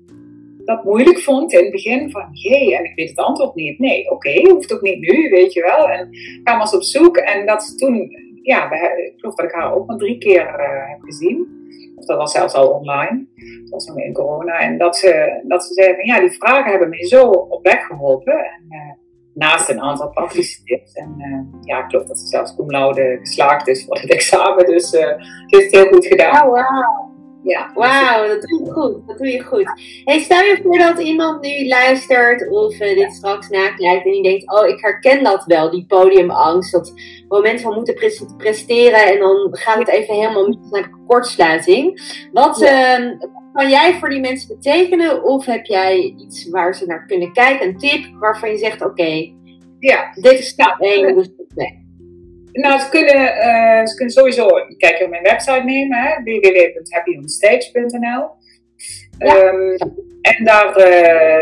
dat moeilijk vond in het begin. Van, jee, en ik weet het antwoord niet. Nee, oké, okay, hoeft ook niet nu, weet je wel. En ga maar eens op zoek. En dat ze toen, ja, ik geloof dat ik haar ook maar drie keer uh, heb gezien. Of dat was zelfs al online. Dat was nog in corona. En dat ze, dat ze zei van, ja, die vragen hebben me zo op weg geholpen. En, uh, naast een aantal praktische tips. En uh, ja, ik geloof dat ze zelfs cum laude geslaagd is voor het examen. Dus uh, ze heeft het heel goed gedaan. Oh, wauw. Ja, wauw, dat doe je goed. Dat doe je goed. Hey, stel je voor dat iemand nu luistert of uh, dit straks nakijkt en die denkt, oh, ik herken dat wel, die podiumangst. Dat moment van moeten pre- presteren en dan gaat het even helemaal mis naar de kortsluiting. Wat ja. uh, kan jij voor die mensen betekenen? Of heb jij iets waar ze naar kunnen kijken, een tip waarvan je zegt, oké, okay, ja. dit is stap één. Dus, nee. Nou, ze kunnen, uh, ze kunnen sowieso een kijkje op mijn website nemen, hè, w w w punt happy on stage punt n l. Ja. Um, en daar uh,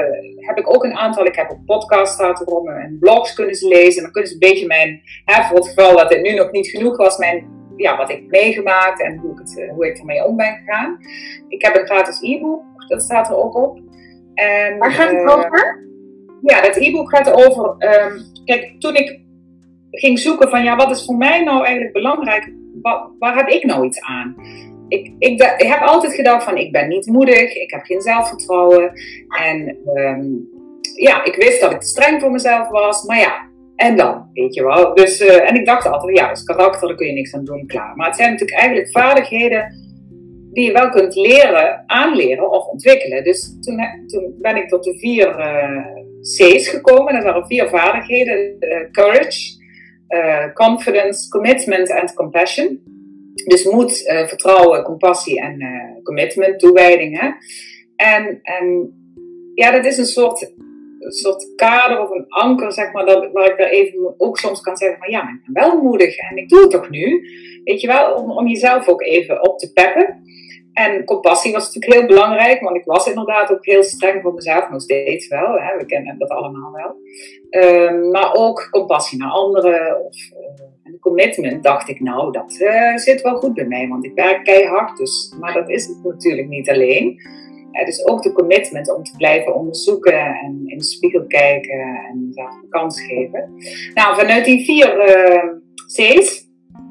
heb ik ook een aantal, ik heb ook podcasts laten rollen en blogs kunnen ze lezen. Dan kunnen ze een beetje mijn, hè, voor het geval dat het nu nog niet genoeg was, mijn, ja, wat ik heb meegemaakt en hoe ik, het, hoe ik ermee om ben gegaan. Ik heb een gratis e-book, dat staat er ook op. En, waar gaat het uh, over? Ja, dat e-book gaat over, um, kijk, toen ik ging zoeken van, ja, wat is voor mij nou eigenlijk belangrijk? Waar, waar heb ik nou iets aan? Ik, ik, ik heb altijd gedacht van, ik ben niet moedig, ik heb geen zelfvertrouwen. En um, ja, ik wist dat ik te streng voor mezelf was, maar ja, en dan, weet je wel. Dus, uh, en ik dacht altijd, ja, dus karakter, daar kun je niks aan doen, klaar. Maar het zijn natuurlijk eigenlijk vaardigheden die je wel kunt leren, aanleren of ontwikkelen. Dus toen, toen ben ik tot de vier uh, C's gekomen. Dat waren vier vaardigheden. Uh, courage, uh, confidence, commitment en compassion. Dus moed, uh, vertrouwen, compassie en uh, commitment, toewijding. Hè? En, en ja, dat is een soort, een soort kader of een anker, zeg maar, dat, waar ik er even ook soms kan zeggen van ja, maar ik ben wel moedig en ik doe het toch nu. Weet je wel, om, om jezelf ook even op te peppen. En compassie was natuurlijk heel belangrijk, want ik was inderdaad ook heel streng voor mezelf, nog steeds wel, hè? We kennen dat allemaal wel. Um, maar ook compassie naar anderen. Of, uh, en commitment dacht ik, nou, dat uh, zit wel goed bij mij, want ik werk keihard, dus, maar dat is het natuurlijk niet alleen. Uh, dus ook de commitment om te blijven onderzoeken en in de spiegel kijken en zelf een kans geven. Nou, vanuit die vier uh, C's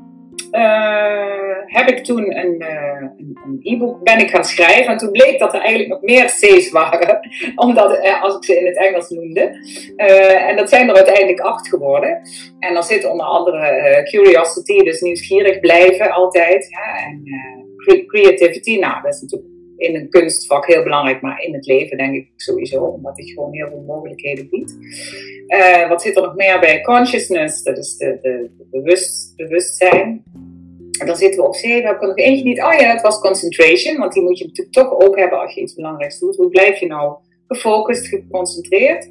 Uh, heb ik toen een, uh, een, een e-book ben ik gaan schrijven en toen bleek dat er eigenlijk nog meer C's waren, omdat, uh, als ik ze in het Engels noemde. Uh, en dat zijn er uiteindelijk acht geworden. En daar zit onder andere uh, curiosity, dus nieuwsgierig blijven altijd. Hè? En uh, creativity, nou dat is natuurlijk in een kunstvak heel belangrijk, maar in het leven denk ik sowieso, omdat het gewoon heel veel mogelijkheden biedt. Uh, wat zit er nog meer bij? Consciousness, dat is de, de, de bewust, bewustzijn. En dan zitten we op zeven, heb ik er nog eentje niet. Oh ja, dat was concentration, want die moet je natuurlijk toch ook hebben als je iets belangrijks doet. Hoe blijf je nou gefocust, geconcentreerd?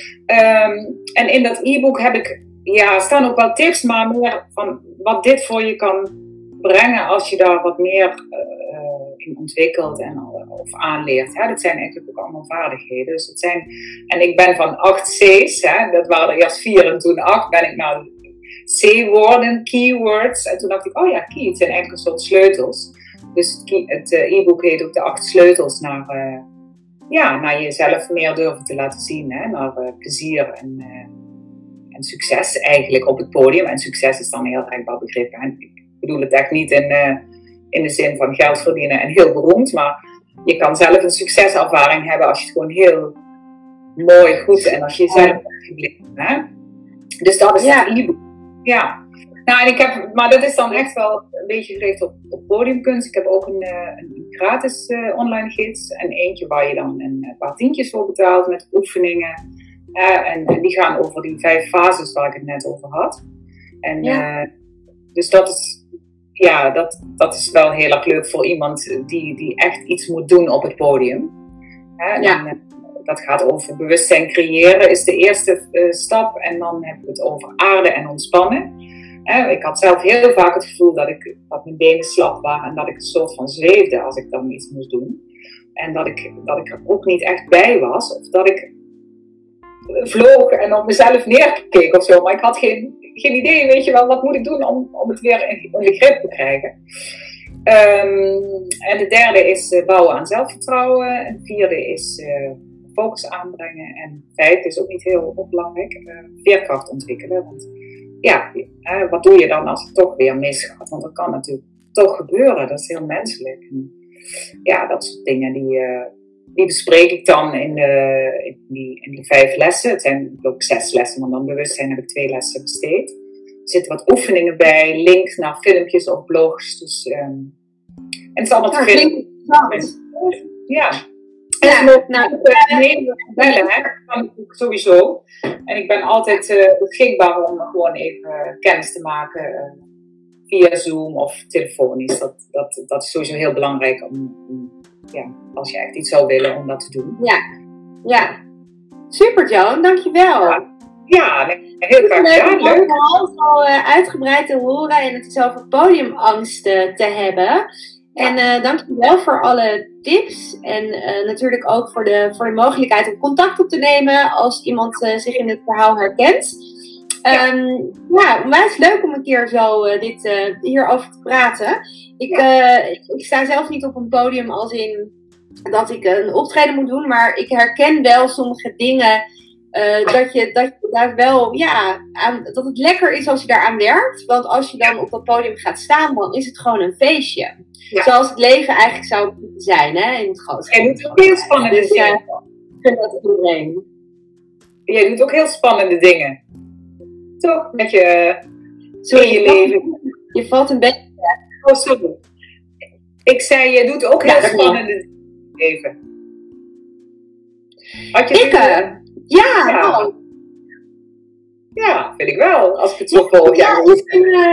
Um, en in dat e-book heb ik, ja, staan ook wel tips, maar meer van wat dit voor je kan brengen als je daar wat meer uh, in ontwikkelt en, of aanleert. Hè? Dat zijn eigenlijk ook allemaal vaardigheden. Dus het zijn, en ik ben van acht C's, hè? Dat waren er eerst vier en toen acht, ben ik naar C-woorden, keywords. En toen dacht ik, oh ja, key, het zijn eigenlijk een soort sleutels. Dus het uh, e-book heet ook de acht sleutels naar, uh, ja, naar jezelf meer durven te laten zien. Hè? Naar uh, plezier en, uh, en succes eigenlijk op het podium. En succes is dan een heel erg begrip. Hè? Ik bedoel het echt niet in, uh, in de zin van geld verdienen en heel beroemd. Maar je kan zelf een succeservaring hebben als je het gewoon heel mooi, goed en als je jezelf hebt gebleven. Hè? Dus dat is ja. het e-book. Ja. Nou, en ik heb, maar dat is dan echt wel een beetje gericht op, op podiumkunst. Ik heb ook een, een, een gratis uh, online gids. En eentje waar je dan een paar tientjes voor betaalt met oefeningen. Uh, en, en die gaan over die vijf fases waar ik het net over had. En ja. uh, dus dat is, ja, dat, dat is wel heel erg leuk voor iemand die, die echt iets moet doen op het podium. Uh, ja. En, dat gaat over bewustzijn creëren, is de eerste uh, stap. En dan hebben we het over aarden en ontspannen. Eh, ik had zelf heel vaak het gevoel dat, ik, dat mijn benen slap waren en dat ik een soort van zweefde als ik dan iets moest doen. En dat ik, dat ik er ook niet echt bij was. Of dat ik vloog en op mezelf neerkeek of zo. Maar ik had geen, geen idee, weet je wel, wat moet ik doen om, om het weer in, in de grip te krijgen. Um, en de derde is uh, bouwen aan zelfvertrouwen. En de vierde is uh, focus aanbrengen. En vijfde is ook niet heel onbelangrijk, uh, veerkracht ontwikkelen. Want ja, uh, wat doe je dan als het toch weer misgaat? Want dat kan natuurlijk toch gebeuren, dat is heel menselijk. En ja, dat soort dingen die, uh, die bespreek ik dan in, de, in, die, in die vijf lessen. Het zijn ook zes lessen, maar dan bewustzijn heb ik twee lessen besteed. Er zitten wat oefeningen bij, links naar filmpjes of blogs. Dus, um, en het is allemaal te vinden. Ja. En ja, ook nou, uh, bellen, hè? Dat kan ik sowieso. En ik ben altijd uh, beschikbaar om gewoon even kennis te maken uh, via Zoom of telefonisch. Dat, dat, dat is sowieso heel belangrijk om, om, ja, als je echt iets zou willen, om dat te doen. Ja, ja. Super Joan, dankjewel. Ja. Ja, heel graag. Ja, leuk. Om het al uh, uitgebreid te horen en het is over podiumangst uh, te hebben. En uh, dankjewel voor alle tips. En uh, natuurlijk ook voor de, voor de mogelijkheid om contact op te nemen als iemand uh, zich in het verhaal herkent. Ja, um, ja onwijs leuk om een keer zo uh, dit, uh, hierover te praten. Ik, ja. uh, ik, ik sta zelf niet op een podium als in dat ik een optreden moet doen. Maar ik herken wel sommige dingen. Uh, dat, je, dat je daar wel, ja, aan, dat het lekker is als je daaraan werkt. Want als je dan op dat podium gaat staan, dan is het gewoon een feestje. Ja. Zoals het leven eigenlijk zou moeten zijn, hè, in het grote. Jij doet ook heel spannende dus, dingen. Uh, ik vind dat iedereen. Jij doet ook heel spannende dingen. Toch? Met je, sorry, je, je leven. Valt, je valt een beetje. Oh, sorry. Ik zei, je doet ook heel ja, spannende dingen in je leven. Had je ik, uh, ja, ja. Oh. Ja, vind ik wel. Als ik het zo volg. Ja, ja, ik vind, uh,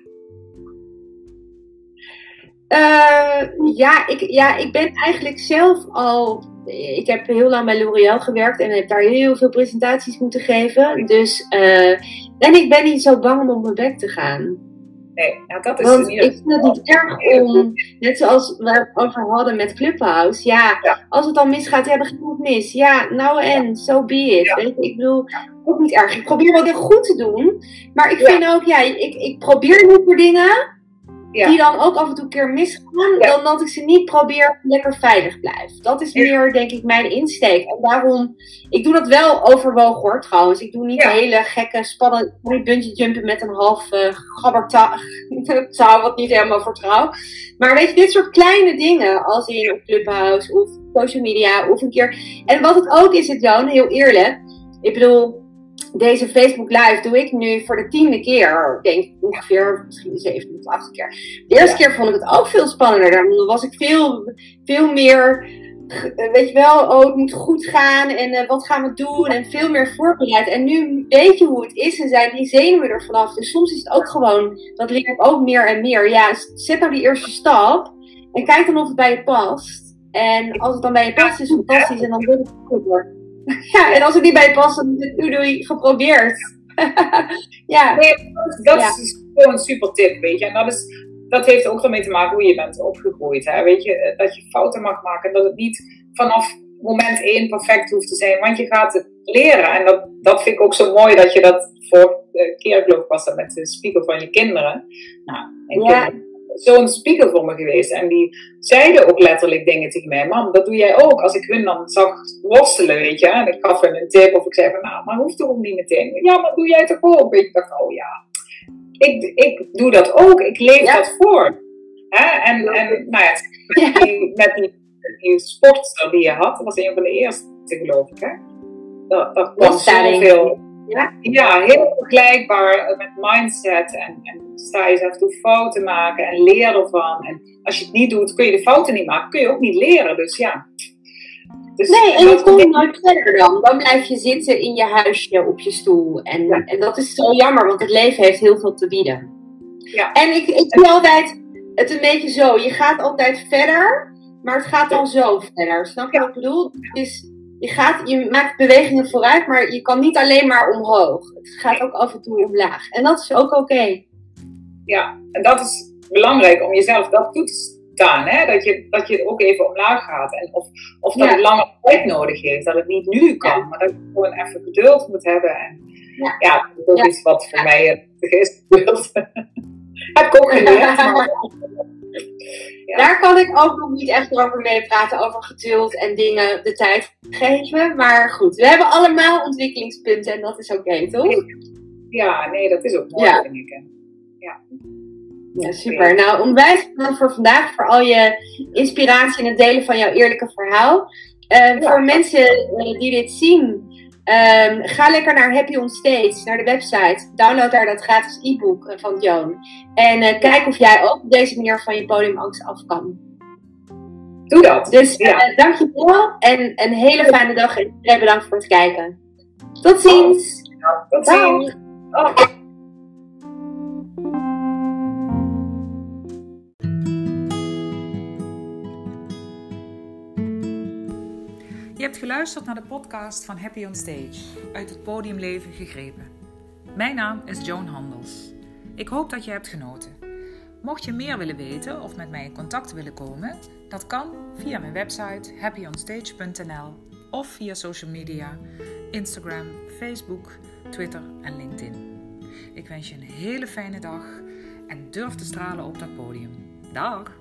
uh, ja, ik, ja, ik ben eigenlijk zelf al... Ik heb heel lang bij L'Oréal gewerkt en heb daar heel veel presentaties moeten geven. Dus, uh, en ik ben niet zo bang om op mijn bek te gaan. Nee, nou dat is Want ik vind het niet erg om, net zoals we het over hadden met Clubhouse, ja, ja. als het dan misgaat, ja, dan gaat het mis. Ja, nou en, so be it. Ja. Weet je, ik bedoel, ook niet erg. Ik probeer wel heel goed te doen, maar ik ja. vind ook, ja, ik, ik probeer niet voor dingen ja. die dan ook af en toe een keer misgaan, ja. dan dat ik ze niet probeer lekker veilig blijf. Dat is meer, denk ik, mijn insteek. En daarom, ik doe dat wel overwogen hoor, trouwens. Ik doe niet ja. hele gekke, spannende bungee jumpen met een half uh, gabbertouw, wat niet helemaal vertrouw. Maar weet je, dit soort kleine dingen, als in op Clubhouse of social media of een keer. En wat het ook is, het Joan, heel eerlijk. Ik bedoel, deze Facebook Live doe ik nu voor de tiende keer. Denk ik ongeveer, misschien de zevende of achtste keer. De eerste ja. keer vond ik het ook veel spannender. Dan was ik veel, veel meer, weet je wel, oh het moet goed gaan en uh, wat gaan we doen en veel meer voorbereid. En nu weet je hoe het is en zijn die zenuwen er vanaf. Dus soms is het ook gewoon, dat leer ik ook meer en meer. Ja, zet nou die eerste stap en kijk dan of het bij je past. En als het dan bij je past is het fantastisch en dan wordt het goed. Ja, en als het niet bij je past, dan is het doei doei geprobeerd. Ja. Nee, dat ja. is gewoon een super tip, weet je. En dat, is, dat heeft ook ermee te maken hoe je bent opgegroeid. Hè? Weet je, dat je fouten mag maken. Dat het niet vanaf moment één perfect hoeft te zijn. Want je gaat het leren. En dat, dat vind ik ook zo mooi dat je dat voor de keer, geloof ik, was dat met de spiegel van je kinderen. Nou, en ja. kinderen. Zo'n spiegel voor me geweest. En die zeiden ook letterlijk dingen tegen mij. Mam, dat doe jij ook. Als ik hun dan zag worstelen, weet je. En ik gaf hun een tip. Of ik zei van, nou, maar hoeft toch ook niet meteen. Ja, maar doe jij toch ook? Weet je, ik dacht, oh ja. Ik, ik doe dat ook. Ik leef ja. dat voor. Hè? En, en nou ja, met die, met die, die sportster die je had. Dat was een van de eerste, geloof ik. Hè? Dat, dat kwam zoveel... Ja, ja, heel vergelijkbaar met mindset en, en sta jezelf toe fouten maken en leer ervan. En als je het niet doet, kun je de fouten niet maken, kun je ook niet leren. Dus ja. Dus, nee, en je komt nooit verder dan. Dan blijf je zitten in je huisje op je stoel. En, ja. en dat is zo jammer, want het leven heeft heel veel te bieden. Ja. En ik, ik zie altijd het een beetje zo. Je gaat altijd verder, maar het gaat dan zo verder. Snap je wat ik bedoel? Het is... Je, gaat, je maakt bewegingen vooruit, maar je kan niet alleen maar omhoog. Het gaat ook af en toe omlaag. En dat is ook oké. Okay. Ja, en dat is belangrijk om jezelf dat toe te staan. Hè? Dat, je, dat je ook even omlaag gaat. En of, of dat ja. het langer tijd nodig heeft. Dat het niet nu kan. Ja. Maar dat je gewoon even geduld moet hebben. En, ja. ja, dat is ook ja. iets wat voor ja. mij is gebeurd. Heb ik ook geleerd. Maar... Ja. Daar kan ik ook nog niet echt over mee praten, over geduld en dingen de tijd geven. Maar goed, we hebben allemaal ontwikkelingspunten en dat is oké, okay, toch? Ja, nee, dat is ook mooi, ja. denk ik. Ja, ja super. Nou, onwijs bedankt voor vandaag, voor al je inspiratie en het delen van jouw eerlijke verhaal. Uh, ja. Voor mensen uh, die dit zien, Um, ga lekker naar Happy on Stage, naar de website. Download daar dat gratis e-book van Joan. En uh, kijk of jij ook op deze manier van je podiumangst af kan. Doe dat. Dus ja. uh, dankjewel en een hele fijne dag. En iedereen bedankt voor het kijken. Tot ziens. Oh. Tot ziens. Oh. Je hebt geluisterd naar de podcast van Happy on Stage, uit het podiumleven gegrepen. Mijn naam is Joan Handels. Ik hoop dat je hebt genoten. Mocht je meer willen weten of met mij in contact willen komen, dat kan via mijn website happy on stage punt n l of via social media, Instagram, Facebook, Twitter en LinkedIn. Ik wens je een hele fijne dag en durf te stralen op dat podium. Dag!